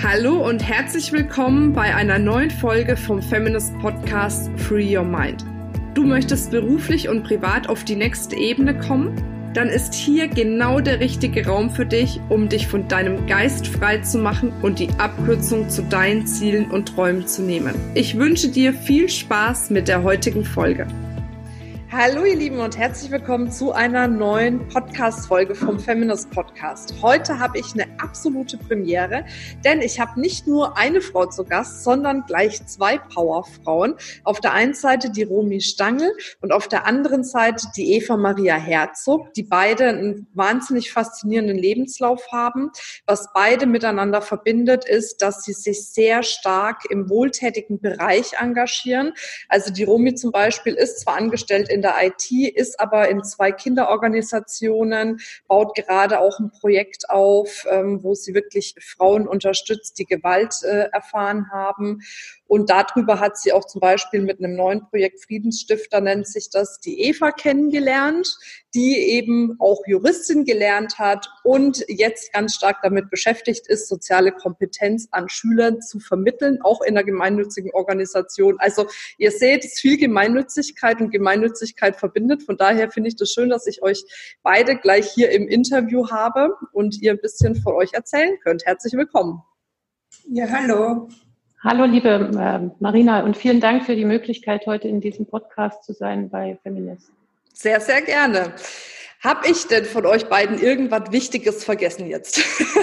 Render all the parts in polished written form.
Hallo und herzlich willkommen bei einer neuen Folge vom Feminist Podcast Free Your Mind. Du möchtest beruflich und privat auf die nächste Ebene kommen? Dann ist hier genau der richtige Raum für dich, um dich von deinem Geist frei zu machen und die Abkürzung zu deinen Zielen und Träumen zu nehmen. Ich wünsche dir viel Spaß mit der heutigen Folge. Hallo ihr Lieben und herzlich willkommen zu einer neuen Podcast-Folge vom Feminist Podcast. Heute habe ich eine absolute Premiere, denn ich habe nicht nur eine Frau zu Gast, sondern gleich zwei Powerfrauen. Auf der einen Seite die Romy Stangl und auf der anderen Seite die Eva Maria Herzog, die beide einen wahnsinnig faszinierenden Lebenslauf haben. Was beide miteinander verbindet, ist, dass sie sich sehr stark im wohltätigen Bereich engagieren. Also die Romy zum Beispiel ist zwar angestellt in der IT, ist aber in 2 Kinderorganisationen, baut gerade auch ein Projekt auf, wo sie wirklich Frauen unterstützt, die Gewalt erfahren haben. Und darüber hat sie auch zum Beispiel mit einem neuen Projekt Friedensstifter, nennt sich das, die Eva kennengelernt, die eben auch Juristin gelernt hat und jetzt ganz stark damit beschäftigt ist, soziale Kompetenz an Schülern zu vermitteln, auch in einer gemeinnützigen Organisation. Also ihr seht, es ist viel Gemeinnützigkeit und Gemeinnützigkeit verbindet. Von daher finde ich das schön, dass ich euch beide gleich hier im Interview habe und ihr ein bisschen von euch erzählen könnt. Herzlich willkommen. Ja, hallo. Hallo, liebe Marina, und vielen Dank für die Möglichkeit, heute in diesem Podcast zu sein bei Feminist. Sehr, sehr gerne. Hab ich denn von euch beiden irgendwas Wichtiges vergessen jetzt?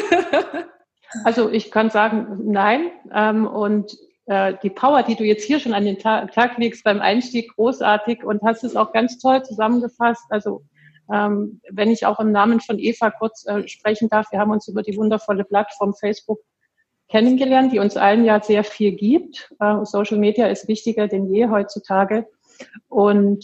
Also ich kann sagen, nein. Und die Power, die du jetzt hier schon an den Tag legst beim Einstieg, großartig und hast es auch ganz toll zusammengefasst. Also wenn ich auch im Namen von Eva kurz sprechen darf, wir haben uns über die wundervolle Plattform Facebook kennengelernt, die uns allen ja sehr viel gibt. Social Media ist wichtiger denn je heutzutage. Und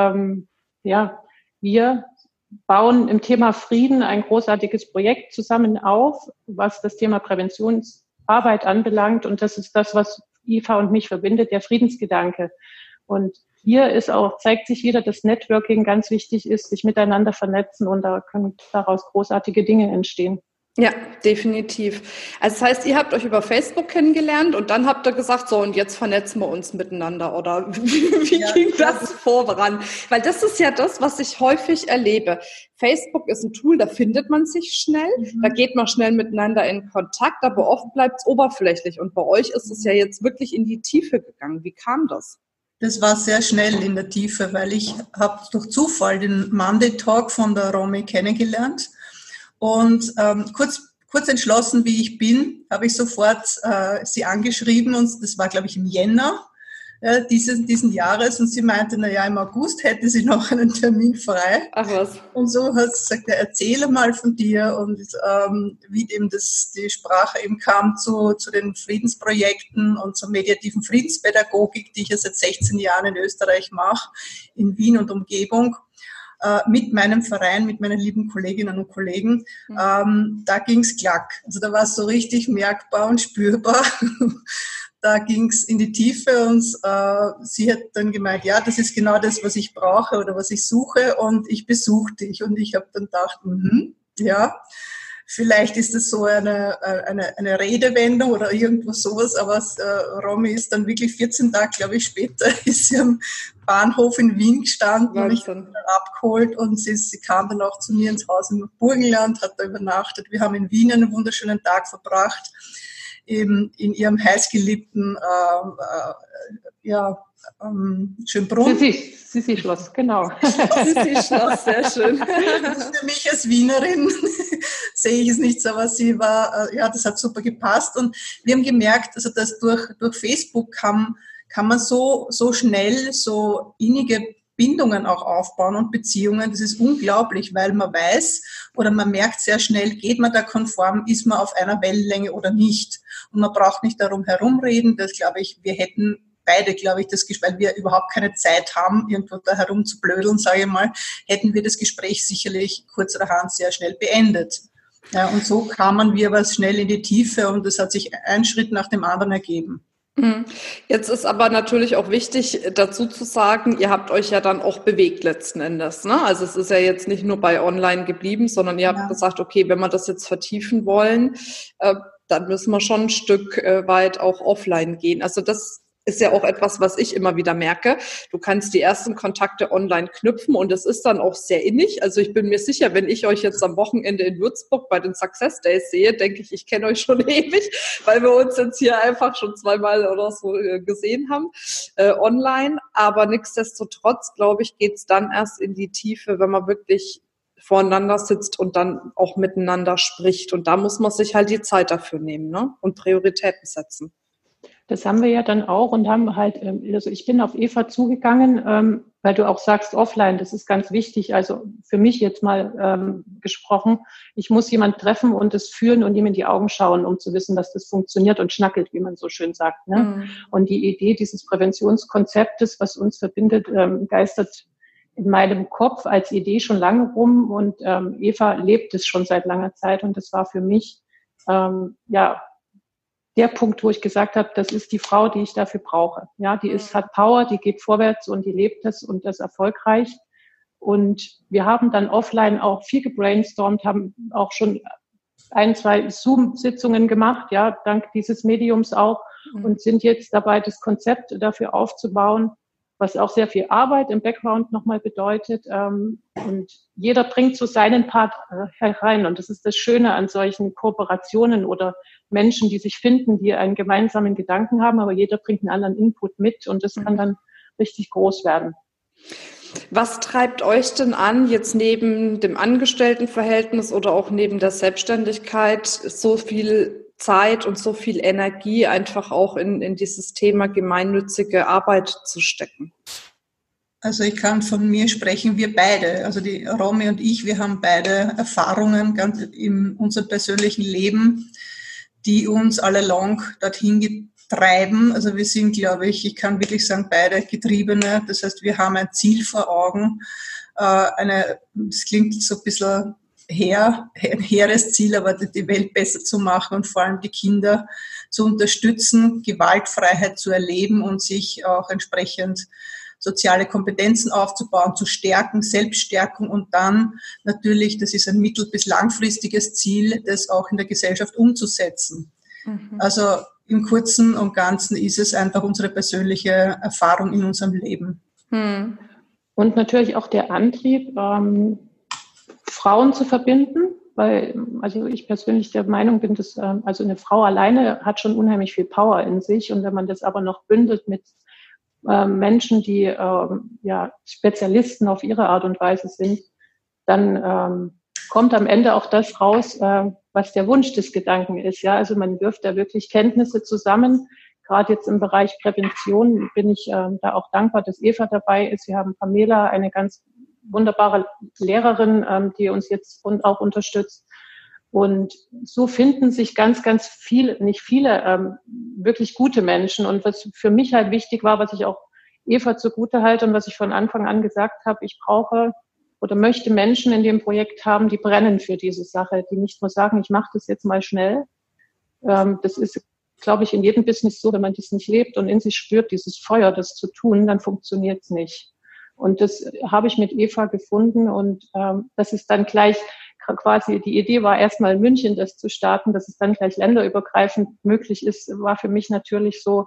wir bauen im Thema Frieden ein großartiges Projekt zusammen auf, was das Thema Präventionsarbeit anbelangt. Und das ist das, was Eva und mich verbindet, der Friedensgedanke. Und hier zeigt sich wieder, dass Networking ganz wichtig ist, sich miteinander vernetzen und da können daraus großartige Dinge entstehen. Ja, definitiv. Also das heißt, ihr habt euch über Facebook kennengelernt und dann habt ihr gesagt, so und jetzt vernetzen wir uns miteinander oder wie ging das voran? Weil das ist ja das, was ich häufig erlebe. Facebook ist ein Tool, da findet man sich schnell, da geht man schnell miteinander in Kontakt, aber oft bleibt es oberflächlich und bei euch ist es ja jetzt wirklich in die Tiefe gegangen. Wie kam das? Das war sehr schnell in der Tiefe, weil ich habe durch Zufall den Monday Talk von der Romy kennengelernt. Und kurz entschlossen, wie ich bin, habe ich sofort sie angeschrieben und das war, glaube ich, im Jänner diesen Jahres und sie meinte, im August hätte sie noch einen Termin frei. Ach was. Und so hat sie gesagt, erzähle mal von dir und wie eben die Sprache eben kam zu den Friedensprojekten und zur mediativen Friedenspädagogik, die ich ja seit 16 Jahren in Österreich mache, in Wien und Umgebung. Mit meinem Verein, mit meinen lieben Kolleginnen und Kollegen, da ging's klack. Also da war es so richtig merkbar und spürbar. Da ging's in die Tiefe und sie hat dann gemeint, ja, das ist genau das, was ich brauche oder was ich suche und ich besuche dich. Und ich habe dann gedacht, ja, vielleicht ist das so eine Redewendung oder irgendwo sowas, aber Romy ist dann wirklich 14 Tage, glaube ich, später, ist sie am Bahnhof in Wien gestanden und mich dann abgeholt und sie kam dann auch zu mir ins Haus im Burgenland, hat da übernachtet. Wir haben in Wien einen wunderschönen Tag verbracht, eben in ihrem heißgeliebten Schönbrunn. Sissi-Schloss, genau. Sissi-Schloss, sehr schön. Für mich als Wienerin sehe ich es nicht so, aber sie war, das hat super gepasst und wir haben gemerkt, also dass durch Facebook kann man so schnell so innige Bindungen auch aufbauen und Beziehungen. Das ist unglaublich, weil man weiß oder man merkt sehr schnell, geht man da konform, ist man auf einer Wellenlänge oder nicht. Und man braucht nicht darum herumreden. Das glaube ich, wir hätten beide, glaube ich, weil wir überhaupt keine Zeit haben, irgendwo da herum zu blödeln, sage ich mal, hätten wir das Gespräch sicherlich kurzerhand sehr schnell beendet. Ja, und so kamen wir aber schnell in die Tiefe und es hat sich ein Schritt nach dem anderen ergeben. Jetzt ist aber natürlich auch wichtig dazu zu sagen, ihr habt euch ja dann auch bewegt letzten Endes, ne? Also es ist ja jetzt nicht nur bei online geblieben, sondern ihr habt gesagt, okay, wenn wir das jetzt vertiefen wollen, dann müssen wir schon ein Stück weit auch offline gehen. Also das ist ja auch etwas, was ich immer wieder merke. Du kannst die ersten Kontakte online knüpfen und es ist dann auch sehr innig. Also ich bin mir sicher, wenn ich euch jetzt am Wochenende in Würzburg bei den Success Days sehe, denke ich kenne euch schon ewig, weil wir uns jetzt hier einfach schon 2-mal oder so gesehen haben online. Aber nichtsdestotrotz, glaube ich, geht es dann erst in die Tiefe, wenn man wirklich voreinander sitzt und dann auch miteinander spricht. Und da muss man sich halt die Zeit dafür nehmen, ne? Und Prioritäten setzen. Das haben wir ja dann auch und haben halt, also ich bin auf Eva zugegangen, weil du auch sagst offline, das ist ganz wichtig. Also für mich jetzt mal gesprochen, ich muss jemanden treffen und es fühlen und ihm in die Augen schauen, um zu wissen, dass das funktioniert und schnackelt, wie man so schön sagt. Ne? Mhm. Und die Idee dieses Präventionskonzeptes, was uns verbindet, geistert in meinem Kopf als Idee schon lange rum und Eva lebt es schon seit langer Zeit und das war für mich der Punkt, wo ich gesagt habe, das ist die Frau, die ich dafür brauche. Ja, die hat Power, die geht vorwärts und die lebt das und das erfolgreich. Und wir haben dann offline auch viel gebrainstormt, haben auch schon 1-2 Zoom-Sitzungen gemacht, ja, dank dieses Mediums auch und sind jetzt dabei, das Konzept dafür aufzubauen, was auch sehr viel Arbeit im Background nochmal bedeutet. Und jeder bringt so seinen Part herein. Und das ist das Schöne an solchen Kooperationen oder Menschen, die sich finden, die einen gemeinsamen Gedanken haben, aber jeder bringt einen anderen Input mit und das kann dann richtig groß werden. Was treibt euch denn an, jetzt neben dem Angestelltenverhältnis oder auch neben der Selbstständigkeit so viel Zeit und so viel Energie einfach auch in dieses Thema gemeinnützige Arbeit zu stecken? Also ich kann von mir sprechen, wir beide, also die Romy und ich, wir haben beide Erfahrungen ganz in unserem persönlichen Leben, die uns all along dorthin treiben. Also wir sind, glaube ich kann wirklich sagen, beide Getriebene. Das heißt, wir haben ein Ziel vor Augen, es klingt so ein bisschen ein hehres Ziel, aber die Welt besser zu machen und vor allem die Kinder zu unterstützen, Gewaltfreiheit zu erleben und sich auch entsprechend soziale Kompetenzen aufzubauen, zu stärken, Selbststärkung und dann natürlich, das ist ein mittel- bis langfristiges Ziel, das auch in der Gesellschaft umzusetzen. Mhm. Also im Kurzen und Ganzen ist es einfach unsere persönliche Erfahrung in unserem Leben. Mhm. Und natürlich auch der Antrieb, Frauen zu verbinden, weil also ich persönlich der Meinung bin, dass also eine Frau alleine hat schon unheimlich viel Power in sich und wenn man das aber noch bündelt mit Menschen, die Spezialisten auf ihre Art und Weise sind, dann kommt am Ende auch das raus, was der Wunsch des Gedanken ist. Ja, also man wirft da wirklich Kenntnisse zusammen. Gerade jetzt im Bereich Prävention bin ich da auch dankbar, dass Eva dabei ist. Wir haben Pamela, eine ganz wunderbare Lehrerin, die uns jetzt auch unterstützt. Und so finden sich ganz, ganz viele, nicht viele, wirklich gute Menschen. Und was für mich halt wichtig war, was ich auch Eva zugute halte und was ich von Anfang an gesagt habe, ich brauche oder möchte Menschen in dem Projekt haben, die brennen für diese Sache, die nicht nur sagen, ich mache das jetzt mal schnell. Das ist, glaube ich, in jedem Business so, wenn man das nicht lebt und in sich spürt, dieses Feuer, das zu tun, dann funktioniert es nicht. Und das habe ich mit Eva gefunden und das ist dann gleich quasi, die Idee war erstmal in München das zu starten, dass es dann gleich länderübergreifend möglich ist, war für mich natürlich so,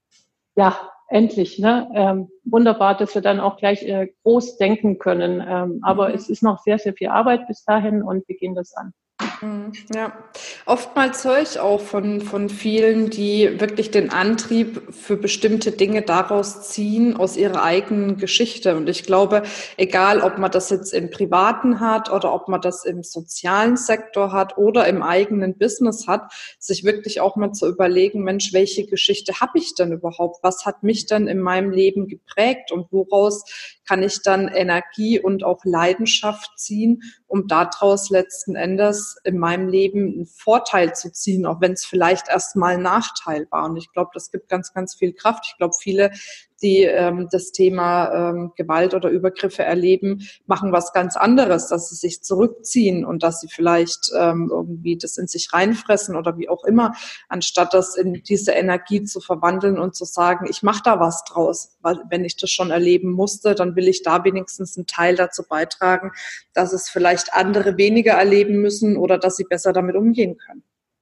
ja, endlich, ne? Wunderbar, dass wir dann auch gleich groß denken können. Aber es ist noch sehr, sehr viel Arbeit bis dahin und wir gehen das an. Ja, oftmals höre ich auch von vielen, die wirklich den Antrieb für bestimmte Dinge daraus ziehen, aus ihrer eigenen Geschichte. Und ich glaube, egal, ob man das jetzt im Privaten hat oder ob man das im sozialen Sektor hat oder im eigenen Business hat, sich wirklich auch mal zu überlegen, Mensch, welche Geschichte habe ich denn überhaupt? Was hat mich denn in meinem Leben geprägt und woraus kann ich dann Energie und auch Leidenschaft ziehen, um daraus letzten Endes in meinem Leben einen Vorteil zu ziehen, auch wenn es vielleicht erstmal ein Nachteil war. Und ich glaube, das gibt ganz, ganz viel Kraft. Ich glaube, viele, die das Thema Gewalt oder Übergriffe erleben, machen was ganz anderes, dass sie sich zurückziehen und dass sie vielleicht irgendwie das in sich reinfressen oder wie auch immer, anstatt das in diese Energie zu verwandeln und zu sagen, ich mache da was draus. Weil wenn ich das schon erleben musste, dann will ich da wenigstens einen Teil dazu beitragen, dass es vielleicht andere weniger erleben müssen oder dass sie besser damit umgehen können.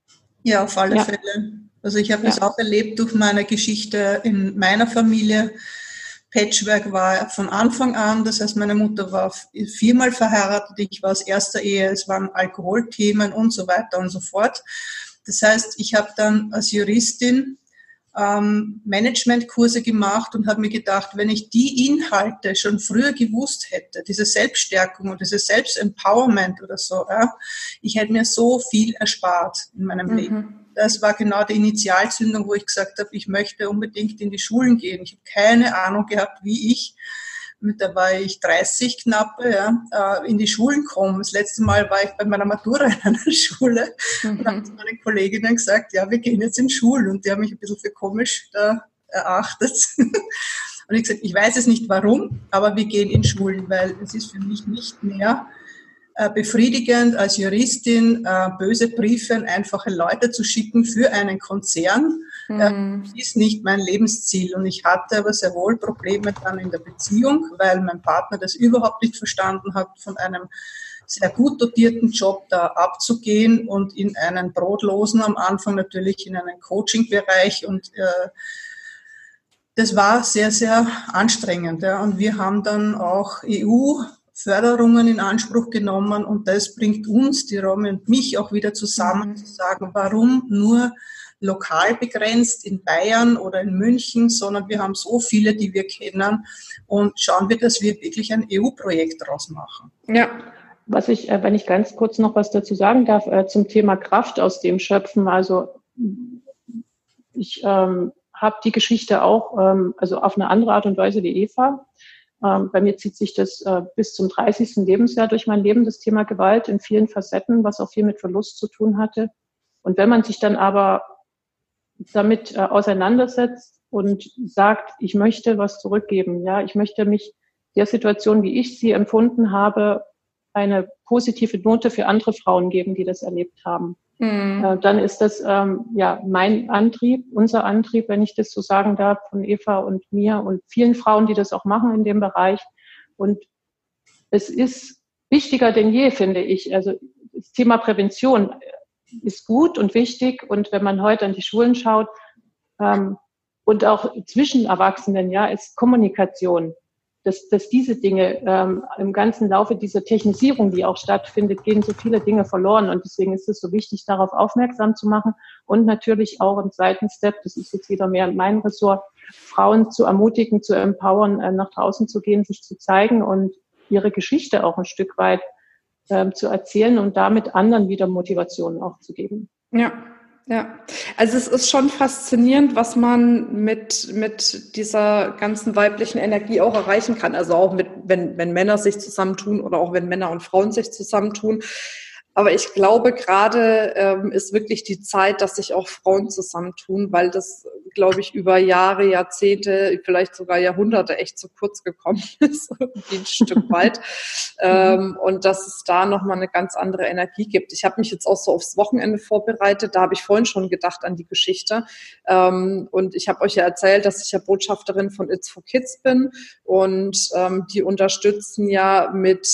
Ja, auf alle Fälle. Also ich habe das auch erlebt durch meine Geschichte in meiner Familie. Patchwork war von Anfang an, das heißt, meine Mutter war 4-mal verheiratet, ich war aus erster Ehe, es waren Alkoholthemen und so weiter und so fort. Das heißt, ich habe dann als Juristin Managementkurse gemacht und habe mir gedacht, wenn ich die Inhalte schon früher gewusst hätte, diese Selbststärkung und dieses Selbstempowerment oder so, ich hätte mir so viel erspart in meinem Leben. Das war genau die Initialzündung, wo ich gesagt habe, ich möchte unbedingt in die Schulen gehen. Ich habe keine Ahnung gehabt, wie ich, da war ich 30 knapp, in die Schulen komme. Das letzte Mal war ich bei meiner Matura in einer Schule und habe zu meinen Kolleginnen gesagt, ja, wir gehen jetzt in Schulen. Und die haben mich ein bisschen für komisch erachtet. Und ich gesagt, ich weiß es nicht warum, aber wir gehen in Schulen, weil es ist für mich nicht mehr befriedigend, als Juristin böse Briefe an einfache Leute zu schicken für einen Konzern. Ist nicht mein Lebensziel. Und ich hatte aber sehr wohl Probleme dann in der Beziehung, weil mein Partner das überhaupt nicht verstanden hat, von einem sehr gut dotierten Job da abzugehen und in einen brotlosen, am Anfang natürlich in einen Coaching-Bereich. Und das war sehr, sehr anstrengend. Und wir haben dann auch EU-Förderungen in Anspruch genommen und das bringt uns, die Romy und mich, auch wieder zusammen, zu sagen, warum nur lokal begrenzt in Bayern oder in München, sondern wir haben so viele, die wir kennen und schauen wir, dass wir wirklich ein EU-Projekt daraus machen. Ja. Was ich, wenn ich ganz kurz noch was dazu sagen darf, zum Thema Kraft aus dem Schöpfen, also ich habe die Geschichte auch, also auf eine andere Art und Weise wie Eva. Bei mir zieht sich das bis zum 30. Lebensjahr durch mein Leben, das Thema Gewalt in vielen Facetten, was auch viel mit Verlust zu tun hatte. Und wenn man sich dann aber damit auseinandersetzt und sagt, ich möchte was zurückgeben, ja, ich möchte mich der Situation, wie ich sie empfunden habe, eine positive Note für andere Frauen geben, die das erlebt haben. Dann ist das mein Antrieb, unser Antrieb, wenn ich das so sagen darf, von Eva und mir und vielen Frauen, die das auch machen in dem Bereich. Und es ist wichtiger denn je, finde ich. Also das Thema Prävention ist gut und wichtig. Und wenn man heute an die Schulen schaut und auch zwischen Erwachsenen, ist Kommunikation. Dass diese Dinge im ganzen Laufe dieser Technisierung, die auch stattfindet, gehen so viele Dinge verloren. Und deswegen ist es so wichtig, darauf aufmerksam zu machen und natürlich auch im zweiten Step, das ist jetzt wieder mehr mein Ressort, Frauen zu ermutigen, zu empowern, nach draußen zu gehen, sich zu zeigen und ihre Geschichte auch ein Stück weit zu erzählen und damit anderen wieder Motivation auch zu geben. Ja, also es ist schon faszinierend, was man mit dieser ganzen weiblichen Energie auch erreichen kann. Also auch wenn Männer sich zusammentun oder auch wenn Männer und Frauen sich zusammentun. Aber ich glaube, gerade ist wirklich die Zeit, dass sich auch Frauen zusammentun, weil das, glaube ich, über Jahre, Jahrzehnte, vielleicht sogar Jahrhunderte echt zu kurz gekommen ist, ein Stück weit. Und dass es da nochmal eine ganz andere Energie gibt. Ich habe mich jetzt auch so aufs Wochenende vorbereitet, da habe ich vorhin schon gedacht an die Geschichte. Und ich habe euch ja erzählt, dass ich ja Botschafterin von It's for Kids bin und die unterstützen ja mit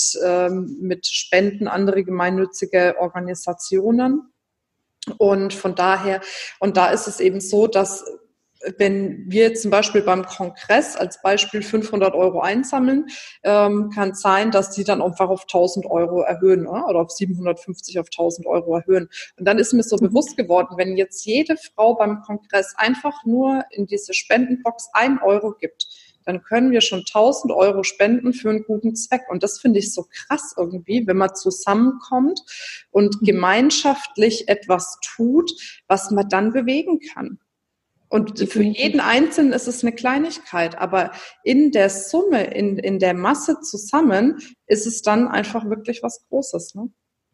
Spenden andere gemeinnützige Organisationen. Und von daher, und da ist es eben so, dass wenn wir zum Beispiel beim Kongress als Beispiel 500 € einsammeln, kann es sein, dass die dann einfach auf 1.000 € erhöhen oder auf 750 auf 1.000 € erhöhen. Und dann ist mir so bewusst geworden, wenn jetzt jede Frau beim Kongress einfach nur in diese Spendenbox 1 € gibt, dann können wir schon 1.000 € spenden für einen guten Zweck. Und das finde ich so krass irgendwie, wenn man zusammenkommt und gemeinschaftlich etwas tut, was man dann bewegen kann. Und für jeden Einzelnen ist es eine Kleinigkeit, aber in der Summe, in der Masse zusammen, ist es dann einfach wirklich was Großes, ne?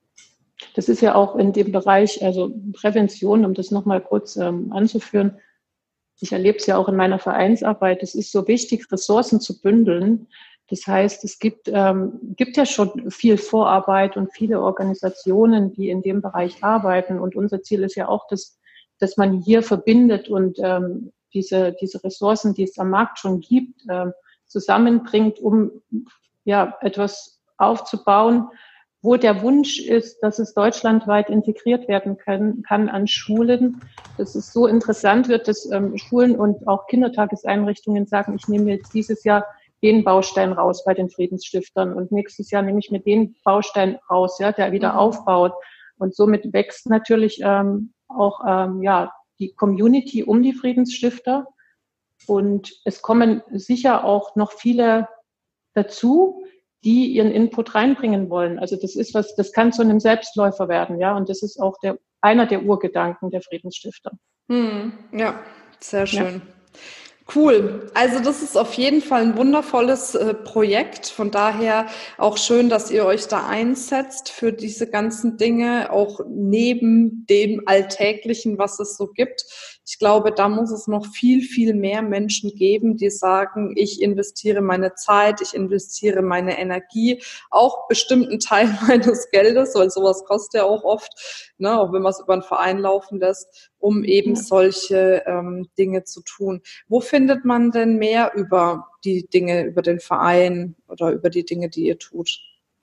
Das ist ja auch in dem Bereich, also Prävention, um das nochmal kurz anzuführen. Ich erlebe es ja auch in meiner Vereinsarbeit. Es ist so wichtig, Ressourcen zu bündeln. Das heißt, es gibt ja schon viel Vorarbeit und viele Organisationen, die in dem Bereich arbeiten. Und unser Ziel ist ja auch, dass man hier verbindet und diese Ressourcen, die es am Markt schon gibt, zusammenbringt, um etwas aufzubauen, wo der Wunsch ist, dass es deutschlandweit integriert werden kann an Schulen, dass es so interessant wird, dass Schulen und auch Kindertageseinrichtungen sagen, ich nehme jetzt dieses Jahr den Baustein raus bei den Friedensstiftern und nächstes Jahr nehme ich mir den Baustein raus, ja, der wieder aufbaut. Und somit wächst natürlich auch die Community um die Friedensstifter. Und es kommen sicher auch noch viele dazu, die ihren Input reinbringen wollen. Also das kann zu einem Selbstläufer werden, ja. Und das ist auch einer der Urgedanken der Friedensstifter. Ja, sehr schön. Ja. Cool. Also das ist auf jeden Fall ein wundervolles Projekt. Von daher auch schön, dass ihr euch da einsetzt für diese ganzen Dinge, auch neben dem Alltäglichen, was es so gibt. Ich glaube, da muss es noch viel, viel mehr Menschen geben, die sagen, ich investiere meine Zeit, ich investiere meine Energie, auch bestimmten Teil meines Geldes, weil sowas kostet ja auch oft, ne, auch wenn man es über einen Verein laufen lässt, um eben solche Dinge zu tun. Wo findet man denn mehr über die Dinge, über den Verein oder über die Dinge, die ihr tut?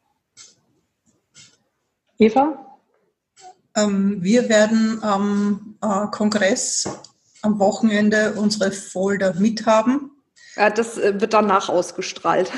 Eva? Wir werden am Kongress am Wochenende unsere Folder mithaben. Ja, das wird danach ausgestrahlt.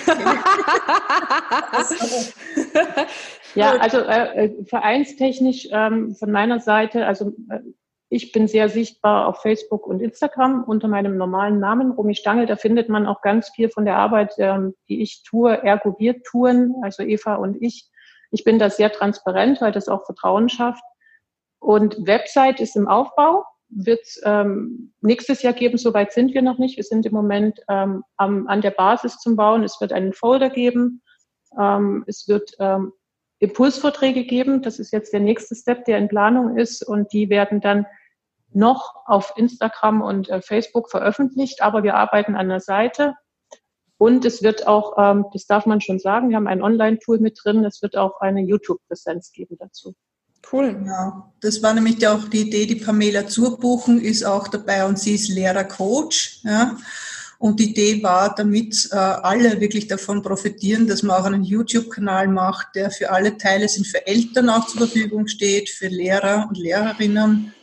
Ja, also vereinstechnisch von meiner Seite, also ich bin sehr sichtbar auf Facebook und Instagram unter meinem normalen Namen, Romy Stangl. Da findet man auch ganz viel von der Arbeit, die ich tue, ergo wir tun, also Eva und ich. Ich bin da sehr transparent, weil das auch Vertrauen schafft. Und Website ist im Aufbau, wird nächstes Jahr geben, soweit sind wir noch nicht. Wir sind im Moment an der Basis zum Bauen. Es wird einen Folder geben, es wird Impulsvorträge geben. Das ist jetzt der nächste Step, der in Planung ist. Und die werden dann noch auf Instagram und Facebook veröffentlicht. Aber wir arbeiten an der Seite. Und es wird auch, das darf man schon sagen, wir haben ein Online-Tool mit drin. Es wird auch eine YouTube-Präsenz geben dazu. Cool. Ja, das war nämlich auch die Idee, die Pamela Zurbuchen ist auch dabei und sie ist Lehrer-Coach. Ja. Und die Idee war, damit alle wirklich davon profitieren, dass man auch einen YouTube-Kanal macht, der für alle Teile sind, für Eltern auch zur Verfügung steht, für Lehrer und Lehrerinnen,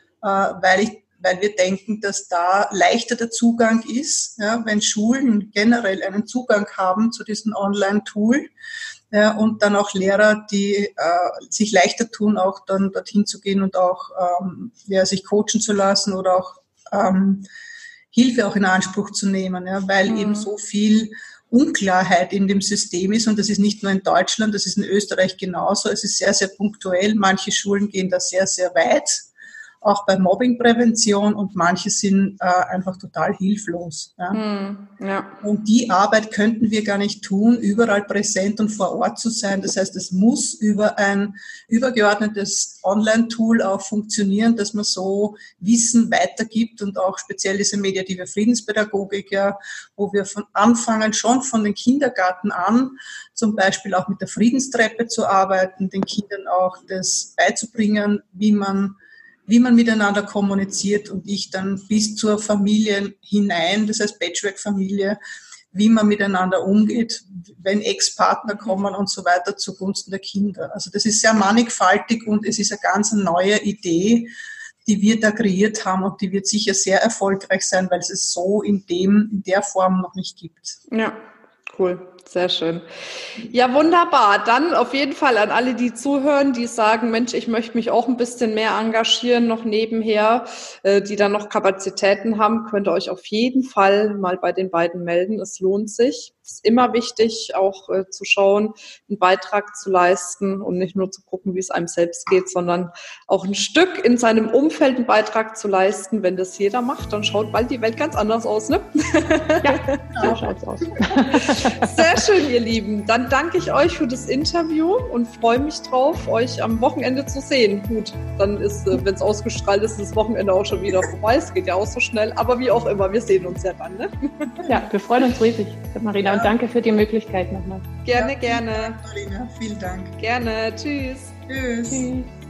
weil wir denken, dass da leichter der Zugang ist, ja, wenn Schulen generell einen Zugang haben zu diesem Online-Tool. Ja, und dann auch Lehrer, die sich leichter tun, auch dann dorthin zu gehen und auch sich coachen zu lassen oder auch Hilfe auch in Anspruch zu nehmen, ja, weil eben so viel Unklarheit in dem System ist und das ist nicht nur in Deutschland, das ist in Österreich genauso. Es ist sehr, sehr punktuell. Manche Schulen gehen da sehr, sehr weit, auch bei Mobbingprävention und manche sind einfach total hilflos. Ja. Ja. Und die Arbeit könnten wir gar nicht tun, überall präsent und vor Ort zu sein. Das heißt, es muss über ein übergeordnetes Online-Tool auch funktionieren, dass man so Wissen weitergibt und auch speziell diese mediative Friedenspädagogik, ja, wo wir von Anfang an schon von den Kindergarten an zum Beispiel auch mit der Friedenstreppe zu arbeiten, den Kindern auch das beizubringen, wie man miteinander kommuniziert und ich dann bis zur Familie hinein, das heißt Patchwork-Familie, wie man miteinander umgeht, wenn Ex-Partner kommen und so weiter zugunsten der Kinder. Also das ist sehr mannigfaltig und es ist eine ganz neue Idee, die wir da kreiert haben und die wird sicher sehr erfolgreich sein, weil es es so in der Form noch nicht gibt. Ja, cool. Sehr schön. Ja, wunderbar. Dann auf jeden Fall an alle, die zuhören, die sagen, Mensch, ich möchte mich auch ein bisschen mehr engagieren, noch nebenher, die dann noch Kapazitäten haben, könnt ihr euch auf jeden Fall mal bei den beiden melden. Es lohnt sich. Es ist immer wichtig, auch zu schauen, einen Beitrag zu leisten und nicht nur zu gucken, wie es einem selbst geht, sondern auch ein Stück in seinem Umfeld einen Beitrag zu leisten. Wenn das jeder macht, dann schaut bald die Welt ganz anders aus, ne? Ja, so schaut's aus. Sehr schön, ihr Lieben. Dann danke ich euch für das Interview und freue mich drauf, euch am Wochenende zu sehen. Gut, dann ist, wenn es ausgestrahlt ist, das Wochenende auch schon wieder vorbei. Es geht ja auch so schnell, aber wie auch immer, wir sehen uns ja dann, ne? Ja, wir freuen uns riesig, Marina, und danke für die Möglichkeit nochmal. Gerne, gerne. Marina, vielen Dank. Gerne, tschüss. Tschüss.